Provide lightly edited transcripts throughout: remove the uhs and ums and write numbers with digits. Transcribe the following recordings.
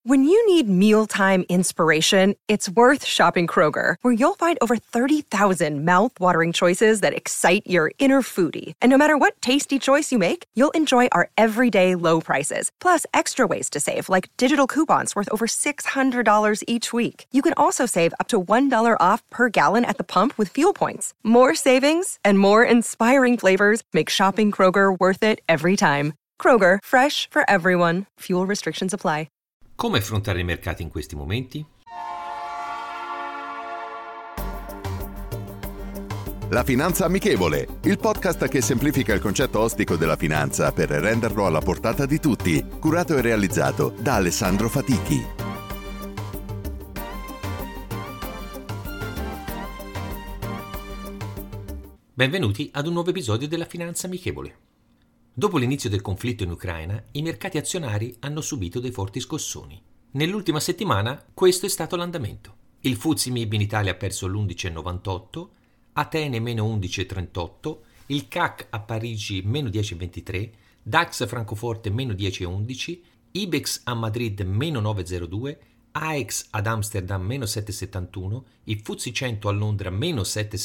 When you need mealtime inspiration, it's worth shopping Kroger, where you'll find over 30,000 mouth-watering choices that excite your inner foodie. And no matter what tasty choice you make, you'll enjoy our everyday low prices, plus extra ways to save, like digital coupons worth over $600 each week. You can also save up to $1 off per gallon at the pump with fuel points. More savings and more inspiring flavors make shopping Kroger worth it every time. Kroger, fresh for everyone. Fuel restrictions apply. Come affrontare i mercati in questi momenti? La Finanza Amichevole, il podcast che semplifica il concetto ostico della finanza per renderlo alla portata di tutti, curato e realizzato da Alessandro Fatichi. Benvenuti ad un nuovo episodio della Finanza Amichevole. Dopo l'inizio del conflitto in Ucraina, i mercati azionari hanno subito dei forti scossoni. Nell'ultima settimana questo è stato l'andamento. Il FTSE MIB in Italia ha perso l'11,98, Atene meno 11,38, il CAC a Parigi meno 10,23, DAX Francoforte meno 10,11, IBEX a Madrid meno 9,02, AEX ad Amsterdam meno 7,71, il FTSE 100 a Londra meno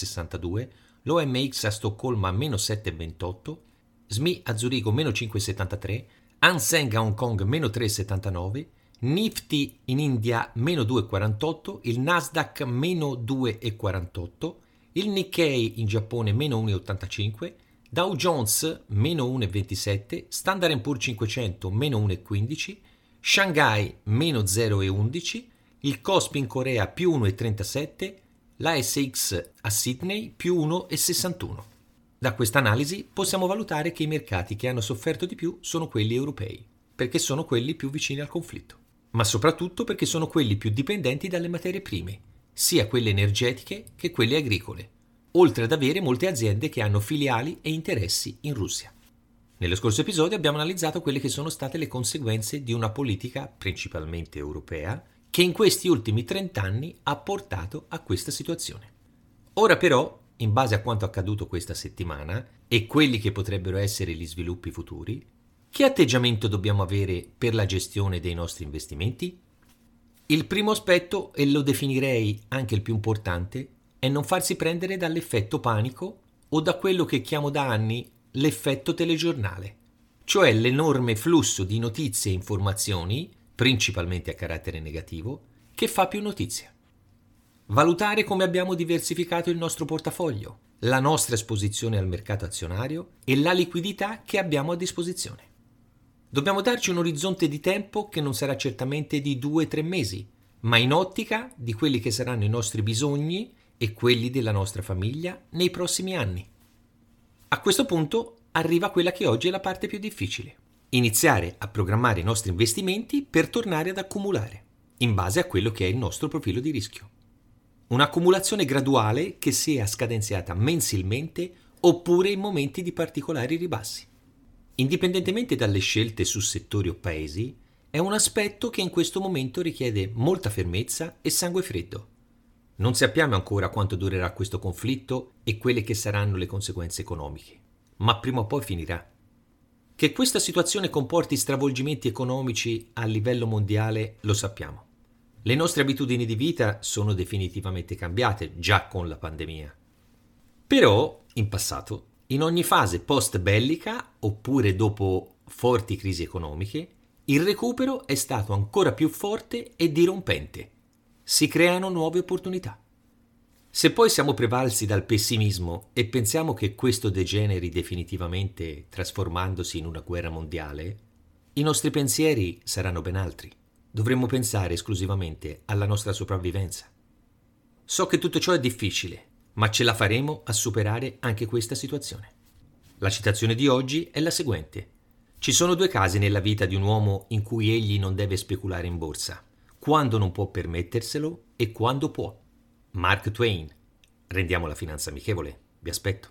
7,62, l'OMX a Stoccolma meno 7,28, SMI a Zurigo meno 5,73, Hang Seng a Hong Kong meno 3,79, Nifty in India meno 2,48, il Nasdaq meno 2,48, il Nikkei in Giappone meno 1,85, Dow Jones meno 1,27, Standard & Poor's 500 meno 1,15, Shanghai meno 0,11, il Kospi in Corea più 1,37, l'ASX a Sydney più 1,61. Da questa analisi possiamo valutare che i mercati che hanno sofferto di più sono quelli europei, perché sono quelli più vicini al conflitto, ma soprattutto perché sono quelli più dipendenti dalle materie prime, sia quelle energetiche che quelle agricole, oltre ad avere molte aziende che hanno filiali e interessi in Russia. Nello scorso episodio abbiamo analizzato quelle che sono state le conseguenze di una politica, principalmente europea, che in questi ultimi 30 anni ha portato a questa situazione. Ora però, in base a quanto accaduto questa settimana e quelli che potrebbero essere gli sviluppi futuri, che atteggiamento dobbiamo avere per la gestione dei nostri investimenti? Il primo aspetto, e lo definirei anche il più importante, è non farsi prendere dall'effetto panico o da quello che chiamo da anni l'effetto telegiornale, cioè l'enorme flusso di notizie e informazioni, principalmente a carattere negativo, che fa più notizia. Valutare come abbiamo diversificato il nostro portafoglio, la nostra esposizione al mercato azionario e la liquidità che abbiamo a disposizione. Dobbiamo darci un orizzonte di tempo che non sarà certamente di 2-3 mesi, ma in ottica di quelli che saranno i nostri bisogni e quelli della nostra famiglia nei prossimi anni. A questo punto arriva quella che oggi è la parte più difficile: iniziare a programmare i nostri investimenti per tornare ad accumulare, in base a quello che è il nostro profilo di rischio. Un'accumulazione graduale che sia scadenziata mensilmente oppure in momenti di particolari ribassi. Indipendentemente dalle scelte su settori o paesi, è un aspetto che in questo momento richiede molta fermezza e sangue freddo. Non sappiamo ancora quanto durerà questo conflitto e quelle che saranno le conseguenze economiche, ma prima o poi finirà. Che questa situazione comporti stravolgimenti economici a livello mondiale lo sappiamo. Le nostre abitudini di vita sono definitivamente cambiate già con la pandemia. Però, in passato, in ogni fase post-bellica oppure dopo forti crisi economiche, il recupero è stato ancora più forte e dirompente. Si creano nuove opportunità. Se poi siamo prevalsi dal pessimismo e pensiamo che questo degeneri definitivamente trasformandosi in una guerra mondiale, i nostri pensieri saranno ben altri. Dovremmo pensare esclusivamente alla nostra sopravvivenza. So che tutto ciò è difficile, ma ce la faremo a superare anche questa situazione. La citazione di oggi è la seguente: ci sono 2 casi nella vita di un uomo in cui egli non deve speculare in borsa: quando non può permetterselo e quando può. Mark Twain. Rendiamo la finanza amichevole. Vi aspetto.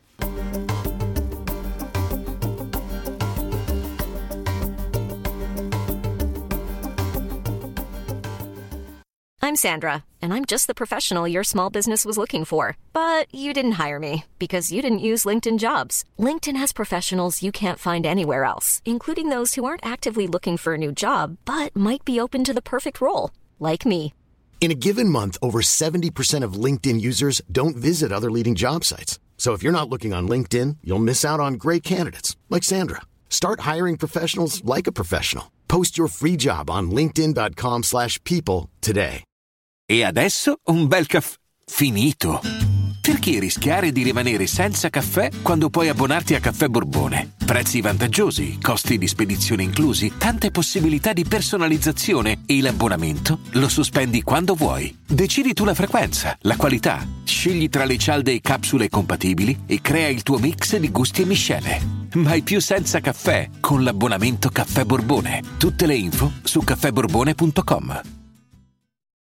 I'm Sandra, and I'm just the professional your small business was looking for. But you didn't hire me because you didn't use LinkedIn Jobs. LinkedIn has professionals you can't find anywhere else, including those who aren't actively looking for a new job, but might be open to the perfect role, like me. In a given month, over 70% of LinkedIn users don't visit other leading job sites. So if you're not looking on LinkedIn, you'll miss out on great candidates like Sandra. Start hiring professionals like a professional. Post your free job on linkedin.com/people today. E adesso un bel caffè finito. Perché rischiare di rimanere senza caffè quando puoi abbonarti a Caffè Borbone? Prezzi vantaggiosi, costi di spedizione inclusi, tante possibilità di personalizzazione e l'abbonamento lo sospendi quando vuoi. Decidi tu la frequenza, la qualità, scegli tra le cialde e capsule compatibili e crea il tuo mix di gusti e miscele. Mai più senza caffè con l'abbonamento Caffè Borbone. Tutte le info su caffèborbone.com.